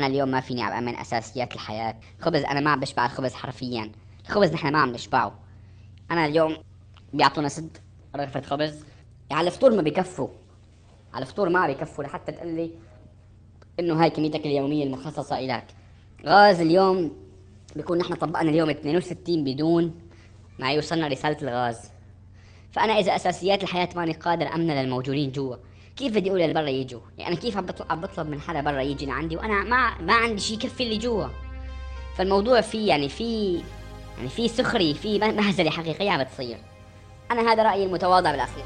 أنا اليوم ما فيني عم أمن أساسيات الحياة. خبز، أنا ما عم بشبع الخبز حرفيا. الخبز نحن ما عم نشبعه. أنا اليوم بيعطونا 6 رغفة خبز، على الفطور ما بيكفوا. على الفطور ما بيكفوا لحتى تقول لي إنه هاي كميتك اليومية المخصصة إلك. غاز اليوم بيكون نحن طبقنا اليوم 62 بدون ما يوصلنا رسالة الغاز. فأنا إذا أساسيات الحياة ماني قادر أمنها للموجودين جوا، كيف بدي أقول للبرا يجوا؟ يعني أنا كيف عم بطلب من حدا برا يجي لعندي وأنا ما عندي شيء يكفي اللي جوا؟ فالموضوع فيه في سخري، في مهزلة حقيقية عم بتصير. أنا هذا رأيي المتواضع بالأخير.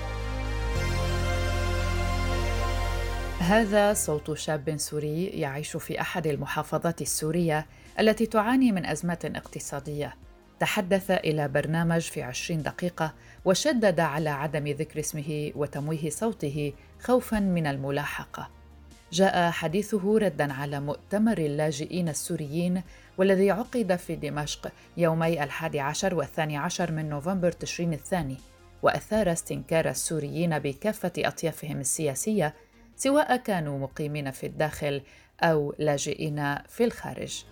هذا صوت شاب سوري يعيش في أحد المحافظات السورية التي تعاني من أزمات اقتصادية. تحدث إلى برنامج في 20 دقيقة وشدد على عدم ذكر اسمه وتمويه صوته خوفاً من الملاحقة. جاء حديثه رداً على مؤتمر اللاجئين السوريين والذي عقد في دمشق يومي 11 و12 من نوفمبر تشرين الثاني، وأثار استنكار السوريين بكافة أطيافهم السياسية سواء كانوا مقيمين في الداخل أو لاجئين في الخارج.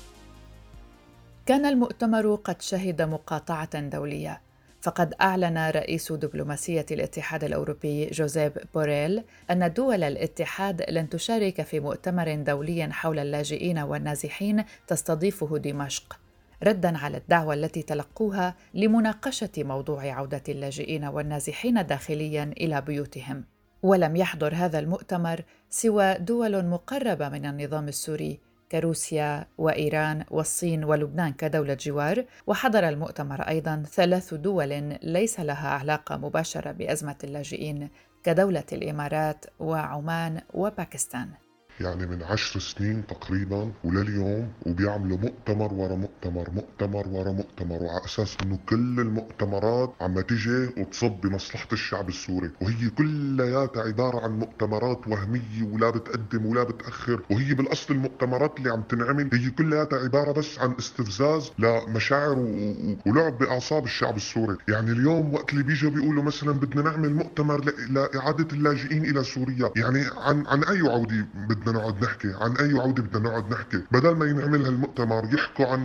كان المؤتمر قد شهد مقاطعة دولية، فقد أعلن رئيس دبلوماسية الاتحاد الأوروبي جوزيب بوريل أن دول الاتحاد لن تشارك في مؤتمر دولي حول اللاجئين والنازحين تستضيفه دمشق، رداً على الدعوة التي تلقوها لمناقشة موضوع عودة اللاجئين والنازحين داخلياً إلى بيوتهم. ولم يحضر هذا المؤتمر سوى دول مقربة من النظام السوري كروسيا وإيران والصين ولبنان كدولة جوار، وحضر المؤتمر أيضاً 3 دول ليس لها علاقة مباشرة بأزمة اللاجئين كدولة الإمارات وعمان وباكستان. يعني من 10 سنين تقريبا ولليوم وبيعملوا مؤتمر ورا مؤتمر، مؤتمر ورا مؤتمر، وعلى اساس انه كل المؤتمرات عم تيجي وتصب بمصلحة الشعب السوري، وهي كلياتها عبارة عن مؤتمرات وهمية ولا بتقدم ولا بتأخر. وهي بالاصل المؤتمرات اللي عم تنعمل هي كلياتها عبارة بس عن استفزاز لمشاعر ولعب بأعصاب الشعب السوري. يعني اليوم وقت اللي بيجوا بيقولوا مثلا بدنا نعمل مؤتمر لإعادة اللاجئين إلى سوريا، يعني عن أي عودة بدنا نقعد نحكي؟ عن أي عودة بدنا نقعد نحكي؟ بدل ما ينعمل هالمؤتمر يحكوا عن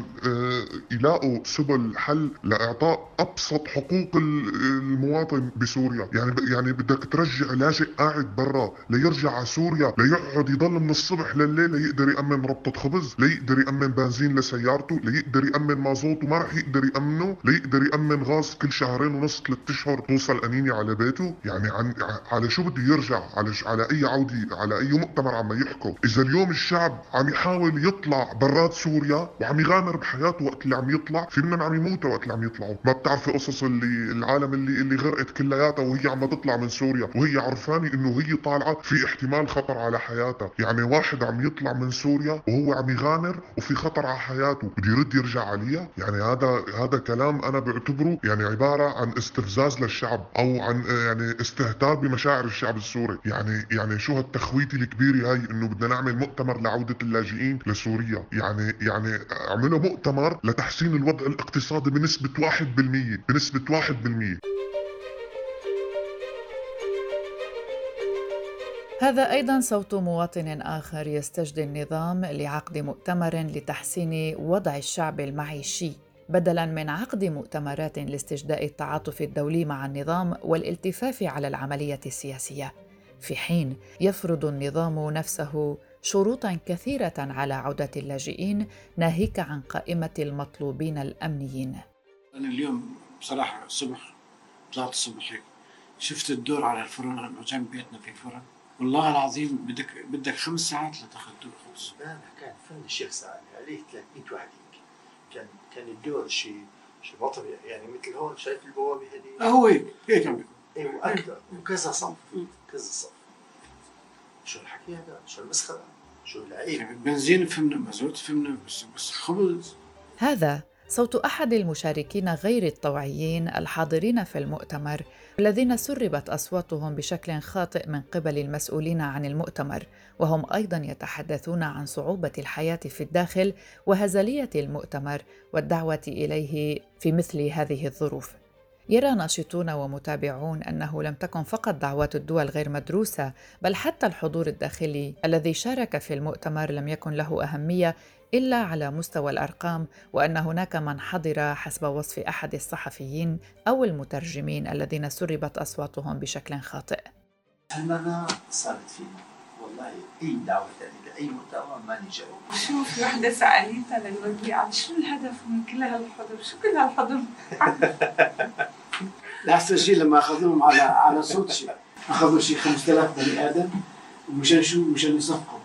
يلاقوا سبل حل لإعطاء أبسط حقوق المواطن بسوريا. يعني بدك ترجع لاجئ قاعد برا ليرجع على سوريا ليقعد يضل من الصبح لليل ليقدر يأمن ربطة خبز، ليقدر يأمن بنزين لسيارته، ليقدر يأمن مازوت وما رح يقدر يأمنه، ليقدر يأمن غاز كل 2.5 3 أشهر توصل قنينة على بيته. يعني على شو بده يرجع؟ على أي عودة؟ على أي مؤتمر عم يحكوا؟ إذا اليوم الشعب عم يحاول يطلع برات سوريا وعم يغامر بحياته وقت اللي عم يطلع، في منهم عم يموتوا وقت اللي عم يطلعوا. ما بتعرفي قصص العالم اللي غرقت كلياتها وهي عم تطلع من سوريا وهي عرفانة إنه هي طالعة في احتمال خطر على حياتها. يعني واحد عم يطلع من سوريا وهو عم يغامر وفي خطر على حياته بده يرد يرجع عليها؟ يعني هذا كلام أنا بعتبره يعني عبارة عن استفزاز للشعب أو عن يعني استهتار بمشاعر الشعب السوري. يعني شو هالتخويتي الكبيرة هاي إنه بدنا نعمل مؤتمر لعودة اللاجئين لسوريا؟ يعني عملوا مؤتمر لتحسين الوضع الاقتصادي بنسبة 1%، بنسبة 1%. هذا أيضاً صوت مواطن آخر يستجدي النظام لعقد مؤتمر لتحسين وضع الشعب المعيشي بدلاً من عقد مؤتمرات لاستجداء التعاطف الدولي مع النظام والالتفاف على العملية السياسية، في حين يفرض النظام نفسه شروطاً كثيرة على عودة اللاجئين ناهيك عن قائمة المطلوبين الأمنيين. أنا اليوم بصراحة طلعت الصبح هيك شفت الدور على الفرن جنب بيتنا في فرن، والله العظيم بدك 5 ساعات لتاخذ دور خبز. أنا كان فرن الشيخ سعد عليه 300 واحد يمكن. كان الدور شيء بطل، يعني مثل هون شايف البوابة هذه؟ هو هيك عم بيكون. ايوه أكثر، وكذا صف كذا صف. شو الحكي هذا؟ شو المسخرة؟ شو العيب؟ يعني بنزين فهمنا، مازوت فهمنا، بس خبز. هذا صوت أحد المشاركين غير الطوعيين الحاضرين في المؤتمر الذين سربت أصواتهم بشكل خاطئ من قبل المسؤولين عن المؤتمر، وهم أيضاً يتحدثون عن صعوبة الحياة في الداخل وهزلية المؤتمر والدعوة إليه في مثل هذه الظروف. يرى ناشطون ومتابعون أنه لم تكن فقط دعوات الدول غير مدروسة، بل حتى الحضور الداخلي الذي شارك في المؤتمر لم يكن له أهمية إلا على مستوى الأرقام، وأن هناك من حضر حسب وصف أحد الصحفيين أو المترجمين الذين سربت أصواتهم بشكل خاطئ. هالمرة صارت فينا والله أي دعوة لأي مؤتمر ما نجاوب. شوف وحدة سألتها للوديعة شو الهدف من كل هالحضور؟ شو كل هالحضور؟ لأحسن شيء لما أخذوهم على صوت شيء، أخذوا شيء 5000 بني آدم ومشان شو؟ مشان يصفقوا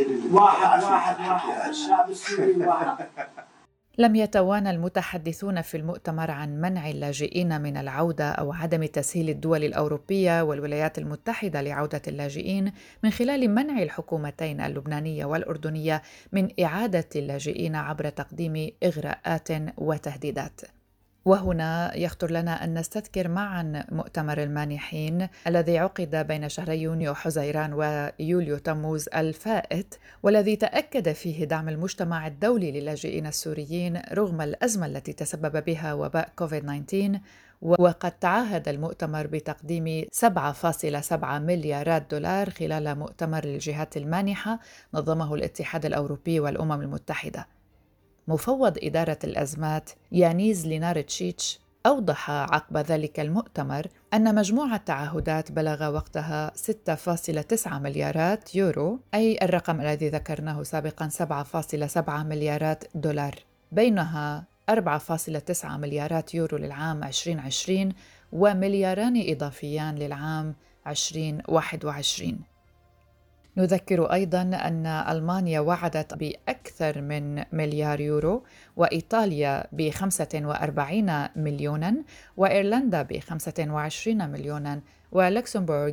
واحد الشعب السوري واحد. لم يتوانى المتحدثون في المؤتمر عن منع اللاجئين من العودة أو عدم تسهيل الدول الأوروبية والولايات المتحدة لعودة اللاجئين من خلال منع الحكومتين اللبنانية والأردنية من إعادة اللاجئين عبر تقديم إغراءات وتهديدات. وهنا يخطر لنا أن نستذكر معا مؤتمر المانحين الذي عقد بين شهري يونيو حزيران ويوليو تموز الفائت، والذي تأكد فيه دعم المجتمع الدولي للاجئين السوريين رغم الأزمة التي تسبب بها وباء كوفيد-19. وقد تعهد المؤتمر بتقديم 7.7 مليارات دولار خلال مؤتمر الجهات المانحة نظمه الاتحاد الأوروبي والأمم المتحدة. مفوض إدارة الأزمات يانيز لينارتشيتش أوضح عقب ذلك المؤتمر أن مجموع التعهدات بلغ وقتها 6.9 مليارات يورو، أي الرقم الذي ذكرناه سابقاً 7.7 مليارات دولار، بينها 4.9 مليارات يورو للعام 2020 وملياران إضافيان للعام 2021. نذكر أيضاً أن ألمانيا وعدت بأكثر من مليار يورو، وإيطاليا ب45 مليوناً، وإيرلندا ب25 مليوناً، ولكسمبورغ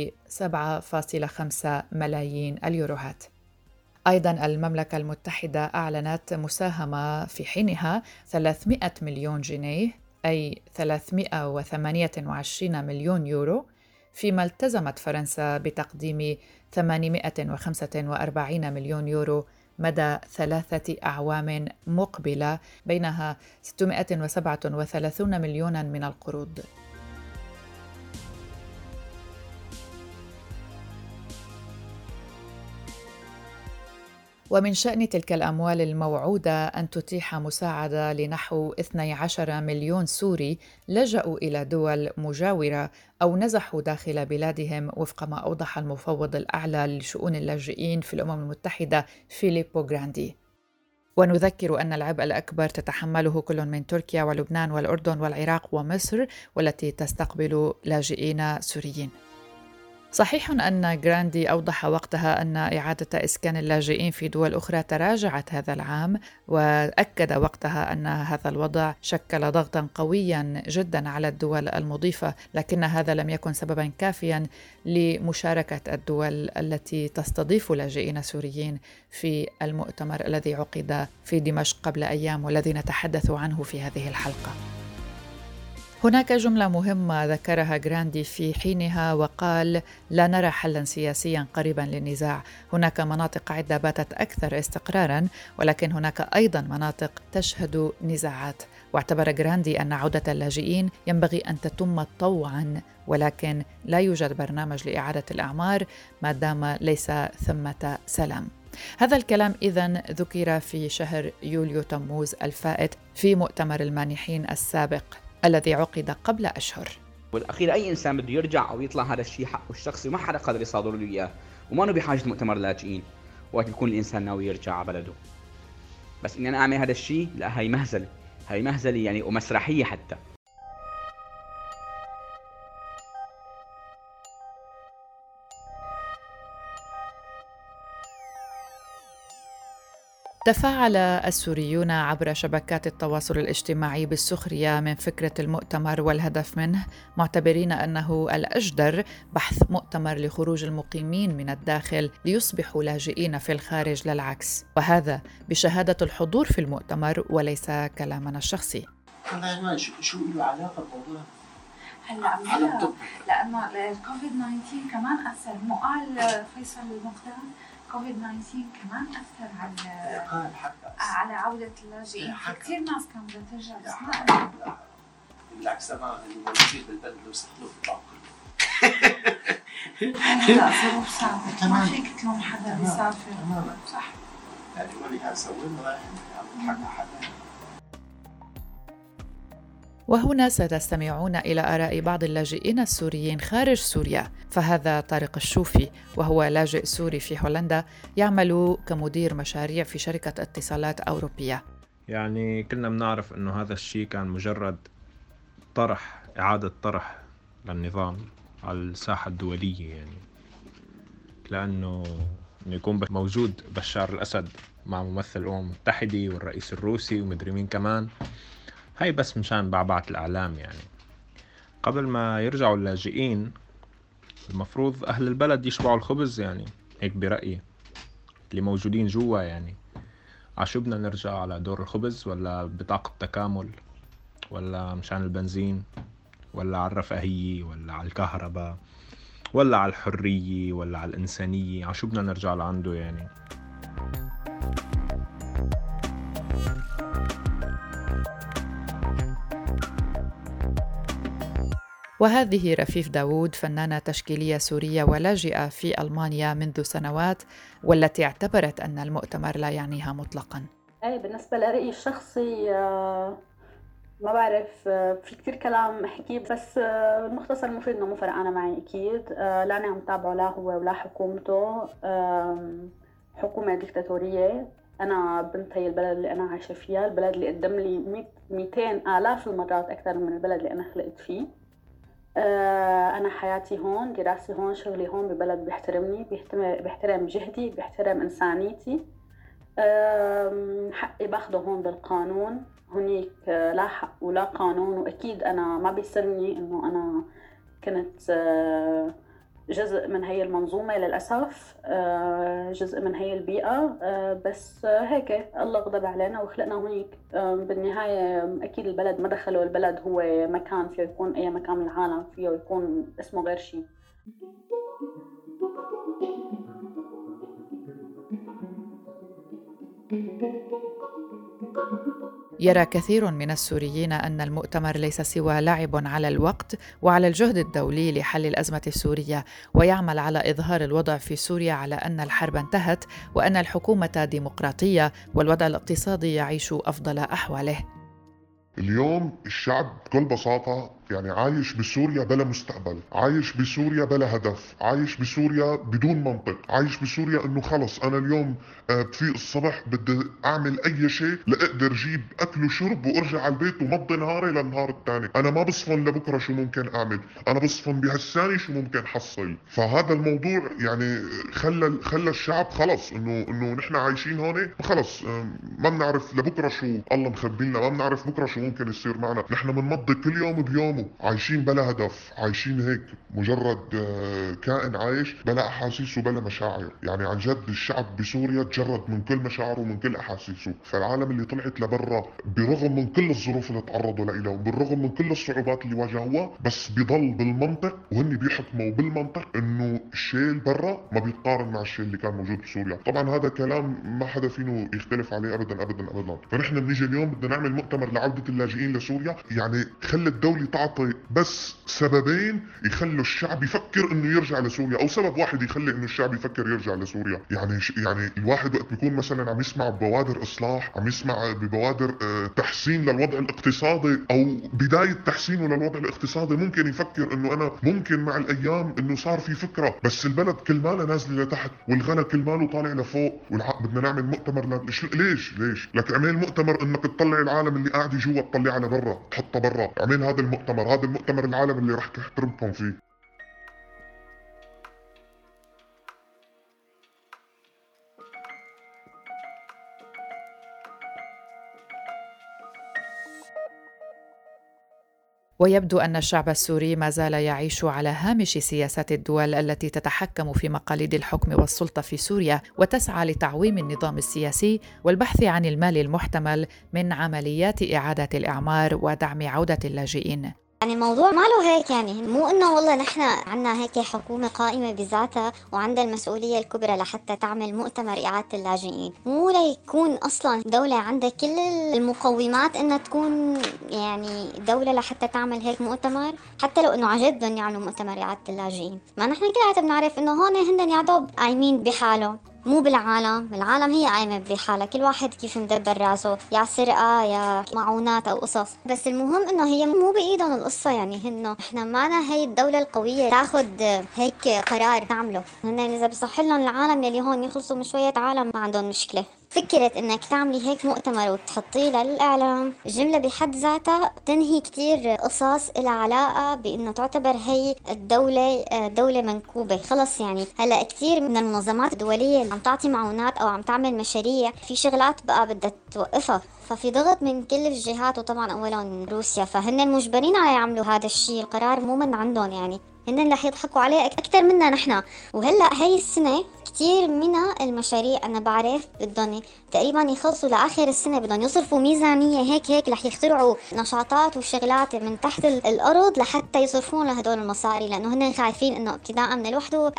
ب7.5 ملايين اليوروهات. أيضاً المملكة المتحدة أعلنت مساهمة في حينها 300 مليون جنيه، أي 328 مليون يورو، فيما التزمت فرنسا بتقديم 845 مليون يورو مدى 3 أعوام مقبلة، بينها 637 مليوناً من القروض. ومن شأن تلك الأموال الموعودة أن تتيح مساعدة لنحو 12 مليون سوري لجأوا إلى دول مجاورة أو نزحوا داخل بلادهم، وفق ما أوضح المفوض الأعلى لشؤون اللاجئين في الأمم المتحدة فيليبو غراندي. ونذكر أن العبء الأكبر تتحمله كل من تركيا ولبنان والأردن والعراق ومصر، والتي تستقبل لاجئين سوريين. صحيح أن غراندي أوضح وقتها أن إعادة إسكان اللاجئين في دول أخرى تراجعت هذا العام، وأكد وقتها أن هذا الوضع شكل ضغطاً قوياً جداً على الدول المضيفة، لكن هذا لم يكن سبباً كافياً لمشاركة الدول التي تستضيف لاجئين سوريين في المؤتمر الذي عقد في دمشق قبل أيام والذي نتحدث عنه في هذه الحلقة. هناك جملة مهمة ذكرها غراندي في حينها وقال: لا نرى حلاً سياسياً قريباً للنزاع، هناك مناطق عدة باتت أكثر استقراراً، ولكن هناك أيضاً مناطق تشهد نزاعات. واعتبر غراندي أن عودة اللاجئين ينبغي أن تتم طوعاً، ولكن لا يوجد برنامج لإعادة الأعمار ما دام ليس ثمة سلام. هذا الكلام إذن ذكر في شهر يوليو تموز الفائت في مؤتمر المانحين السابق الذي عقد قبل أشهر. والأخير أي إنسان بده يرجع أو يطلع هذا الشيء حقه الشخصي وما حدا قادر يصادر له إياه، وما نبي بحاجة مؤتمر لاجئين وقت بيكون الإنسان ناوي يرجع على بلده. بس إني أنا أعمل هذا الشيء، لا، هاي مهزلة يعني ومسرحية حتى. تفاعل السوريون عبر شبكات التواصل الاجتماعي بالسخرية من فكرة المؤتمر والهدف منه، معتبرين أنه الأجدر بحث مؤتمر لخروج المقيمين من الداخل ليصبحوا لاجئين في الخارج لا العكس، وهذا بشهادة الحضور في المؤتمر وليس كلامنا الشخصي. والله شو له علاقة بالموضوع؟ هلا لأنه الكوفيد 19 كمان أثر، مو قال فيصل المختار كوفيد 19 كمان أثر على عودة اللاجئين، كثير ناس كانت بدها ترجع بس ما بالعكس تماما اللي موجودين بالبلد لو يستخدموا بيطلعوا كلهم. هلا ظروف صعبة ما فيك تلوم حدا بيسافر. تماما صح. يعني يقول لي هذا سوي لنا رايح عم نضحك على حدا. وهنا ستستمعون إلى آراء بعض اللاجئين السوريين خارج سوريا، فهذا طارق الشوفي وهو لاجئ سوري في هولندا يعمل كمدير مشاريع في شركة اتصالات أوروبية. يعني كلنا بنعرف إنه هذا الشيء كان مجرد إعادة طرح للنظام على الساحة الدولية، يعني لأنه يكون موجود بشار الأسد مع ممثل الأمم المتحدة والرئيس الروسي ومدري مين كمان، هاي بس مشان بعبعة الإعلام. يعني قبل ما يرجعوا اللاجئين المفروض أهل البلد يشبعوا الخبز، يعني هيك برأيي اللي موجودين جوا. يعني عشو بدنا نرجع على دور الخبز ولا بطاقة تكامل ولا مشان البنزين ولا على الرفاهية ولا على الكهرباء ولا على الحرية ولا على الإنسانية؟ عشو بدنا نرجع لعنده يعني؟ وهذه رفيف داوود، فنانة تشكيلية سورية ولاجئة في ألمانيا منذ سنوات، والتي اعتبرت أن المؤتمر لا يعنيها مطلقاً. بالنسبة لرأيي الشخصي ما بعرف، في كتير كلام أحكيه، بس المختصر المفيد إنه مو فرقانة معي أكيد. لاني عم تابعه لا هو ولا حكومته، حكومة ديكتاتورية. أنا بنت هي البلد اللي أنا عايشة فيها، البلد اللي قدم لي 200 آلاف المرات أكثر من البلد اللي أنا خلقت فيه. أنا حياتي هون، دراستي هون، شغلي هون، ببلد بيحترمني، بيحترم جهدي، بيحترم إنسانيتي. حقي باخده هون بالقانون، هنيك لا حق ولا قانون. وأكيد أنا ما بيسرني إنه أنا كنت جزء من هي المنظومة للأسف، جزء من هي البيئة، بس هيك الله غضب علينا وخلقنا هنيك. بالنهاية أكيد البلد ما دخلوا، البلد هو مكان فيه يكون أي مكان من العالم، فيه يكون اسمه غير شيء. يرى كثير من السوريين أن المؤتمر ليس سوى لعب على الوقت وعلى الجهد الدولي لحل الأزمة السورية، ويعمل على إظهار الوضع في سوريا على أن الحرب انتهت وأن الحكومة ديمقراطية والوضع الاقتصادي يعيش أفضل أحواله. اليوم الشعب بكل بساطة يعني عايش بسوريا بلا مستقبل، عايش بسوريا بلا هدف، عايش بسوريا بدون منطق، عايش بسوريا انه خلص انا اليوم بفيق الصبح بدي اعمل اي شيء لاقدر جيب اكل وشرب وارجع على البيت ومضي نهاري للنهار الثاني. انا ما بصفن لبكره شو ممكن اعمل، انا بصفن بهالثاني شو ممكن حصل. فهذا الموضوع يعني خلى الشعب خلص انه نحن عايشين هون خلص، ما بنعرف لبكره شو الله مخبي لنا، ما بنعرف بكره شو ممكن يصير معنا. نحن بنمضي كل يوم بيومه، عايشين بلا هدف، عايشين هيك مجرد كائن عايش بلا احاسيس وبلا مشاعر. يعني عن جد الشعب بسوريا تجرد من كل مشاعره ومن كل احاسيسه. فالعالم اللي طلعت لبرا برغم من كل الظروف اللي تعرضوا لها وبالرغم من كل الصعوبات اللي واجهوها، بس بيضل بالمنطق وهن بيحكموا بالمنطق انه الشيء برا ما بيتقارن مع الشيء اللي كان موجود بسوريا. طبعا هذا كلام ما حدا فينه يختلف عليه ابدا ابدا ابدا. فنحن بنيجي اليوم بدنا نعمل مؤتمر لعودة اللاجئين لسوريا، يعني خلي الدولة تعطي بس سببين يخلوا الشعب يفكر انه يرجع لسوريا، او سبب واحد يخلي انه الشعب يفكر يرجع لسوريا. يعني الواحد وقت بيكون مثلا عم يسمع ببوادر اصلاح، عم يسمع ببوادر تحسين للوضع الاقتصادي او بداية تحسينه للوضع الاقتصادي، ممكن يفكر انه انا ممكن مع الايام انه صار في فكرة. بس البلد كل ماله نازله لتحت والغلا كل ماله طالع لفوق، بدنا نعمل مؤتمر ليش لك اعمل مؤتمر انك تطلع العالم اللي قاعد جوا تطلع على برا، تحطه برا. اعمل هذا المؤتمر العالم اللي راح تحترمكم فيه. ويبدو أن الشعب السوري ما زال يعيش على هامش سياسات الدول التي تتحكم في مقاليد الحكم والسلطة في سوريا، وتسعى لتعويم النظام السياسي والبحث عن المال المحتمل من عمليات إعادة الإعمار ودعم عودة اللاجئين. يعني الموضوع ما له هيك، يعني مو انه والله نحن عنا هيك حكومة قائمة بذاتها وعندها المسؤولية الكبرى لحتى تعمل مؤتمر إعادة اللاجئين، مو ليكون اصلا دولة عندها كل المقومات انها تكون يعني دولة لحتى تعمل هيك مؤتمر، حتى لو انه عن جد بدهم يعملوا مؤتمر إعادة اللاجئين. ما نحن كلياتنا بنعرف انه هون هن يعدوا قايمين بحالهم، مو العالم هي قايمة بحالها، كل واحد كيف مدبر راسه، يا سرقة يا معونات أو قصص. بس المهم إنه هي مو بإيدهم القصة، يعني إنه إحنا معنا هي الدولة القوية تاخد هيك قرار تعمله. هن إذا بصح لهم العالم يلي هون يخلصوا من شوية عالم ما عندهم مشكلة. فكرة إنك تعملي هيك مؤتمر وتحطيه للإعلام جملة بحد ذاتها تنهي كتير قصص إلها علاقة بإنه تعتبر هي الدولة دولة منكوبة. خلص يعني هلأ كتير من المنظمات الدولية اللي عم تعطي معونات أو عم تعمل مشاريع في شغلات بقى بدها توقفها، ففي ضغط من كل الجهات وطبعا أولا روسيا، فهن مجبرين على يعملوا هذا الشيء، القرار مو من عندهم، يعني هن رح يضحكوا عليه أكثر منا نحن. وهلأ هاي السنة كتير من المشاريع أنا بعرف بدهم تقريبا يخلصوا لآخر السنة، بدهم يصرفوا ميزانية هيك رح يخترعوا نشاطات وشغلات من تحت الأرض لحتى يصرفون لهدول المصاري، لأنه هن خايفين إنه ابتداء من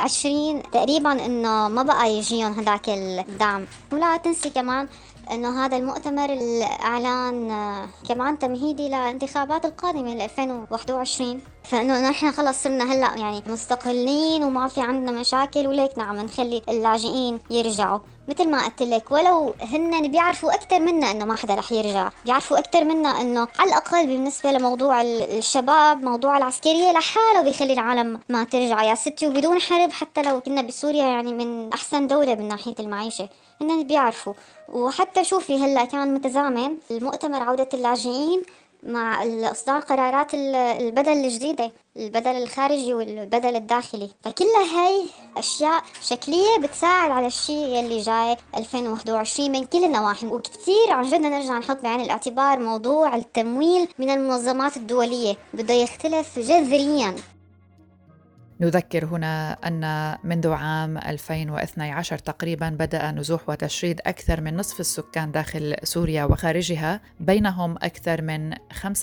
21 تقريبا إنه ما بقى يجيهم هداك الدعم. ولا تنسي كمان انه هذا المؤتمر الاعلان كمان تمهيدي للانتخابات القادمه ل 2021، فانه نحن خلص صرنا هلا يعني مستقلين وما في عندنا مشاكل، وليك نعم نخلي اللاجئين يرجعوا. مثل ما قلت لك ولو هن بيعرفوا اكثر منا انه ما حدا رح يرجع، بيعرفوا اكثر منا انه على الاقل بالنسبه لموضوع الشباب موضوع العسكريه لحاله بيخلي العالم ما ترجع يا ستي، وبدون حرب حتى لو كنا بسوريا يعني من احسن دوله من ناحيه المعيشه، هن بيعرفوا. وحتى شوفي هلا كان متزامن المؤتمر عودة اللاجئين مع إصدار قرارات البدل الجديدة، البدل الخارجي والبدل الداخلي، فكلها هاي أشياء شكلية بتساعد على الشيء اللي جاي 2021 من كل النواحي. وكتير عن جد نرجع نحط بعين الاعتبار موضوع التمويل من المنظمات الدولية بده يختلف جذريا. نذكر هنا أن منذ عام 2012 تقريباً بدأ نزوح وتشريد أكثر من نصف السكان داخل سوريا وخارجها، بينهم أكثر من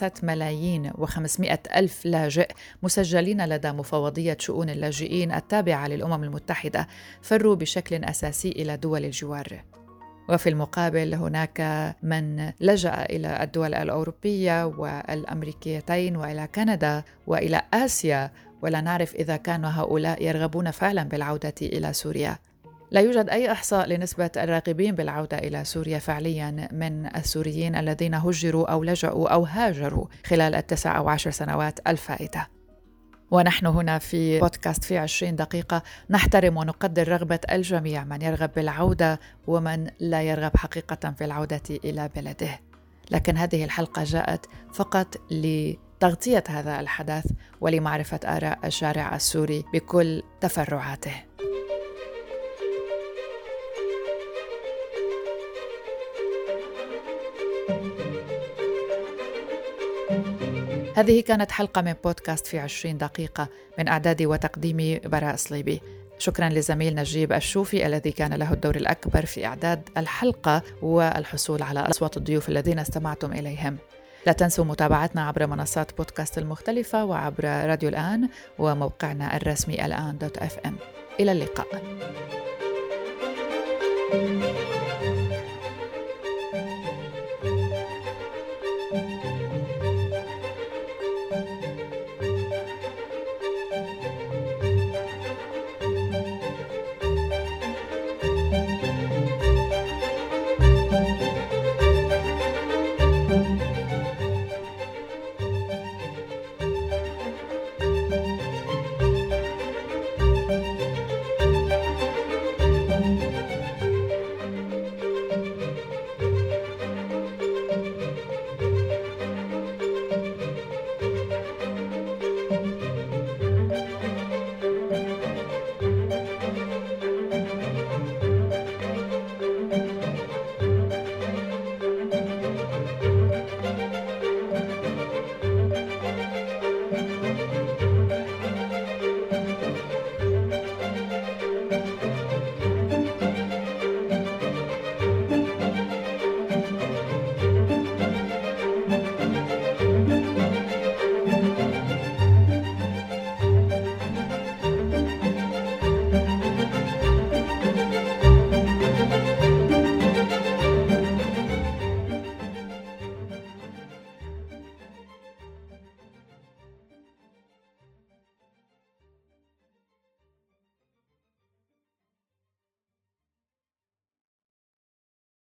5,500,000 لاجئ مسجلين لدى مفوضية شؤون اللاجئين التابعة للأمم المتحدة، فروا بشكل أساسي إلى دول الجوار. وفي المقابل هناك من لجأ إلى الدول الأوروبية والأمريكيتين وإلى كندا وإلى آسيا، ولا نعرف إذا كانوا هؤلاء يرغبون فعلا بالعودة إلى سوريا. لا يوجد أي إحصاء لنسبة الراغبين بالعودة إلى سوريا فعليا من السوريين الذين هجروا أو لجأوا أو هاجروا خلال 9 أو 10 سنوات الفائتة. ونحن هنا في بودكاست في 20 دقيقة نحترم ونقدر رغبة الجميع، من يرغب بالعودة ومن لا يرغب حقيقة في العودة إلى بلده. لكن هذه الحلقة جاءت فقط لتغطية هذا الحدث ولمعرفة آراء الشارع السوري بكل تفرعاته. هذه كانت حلقة من بودكاست في 20 دقيقة من إعدادي وتقديمي براء صليبي. شكرا لزميل نجيب الشوفي الذي كان له الدور الأكبر في إعداد الحلقة والحصول على أصوات الضيوف الذين استمعتم إليهم. لا تنسوا متابعتنا عبر منصات بودكاست المختلفة وعبر راديو الآن وموقعنا الرسمي الآن.fm. إلى اللقاء.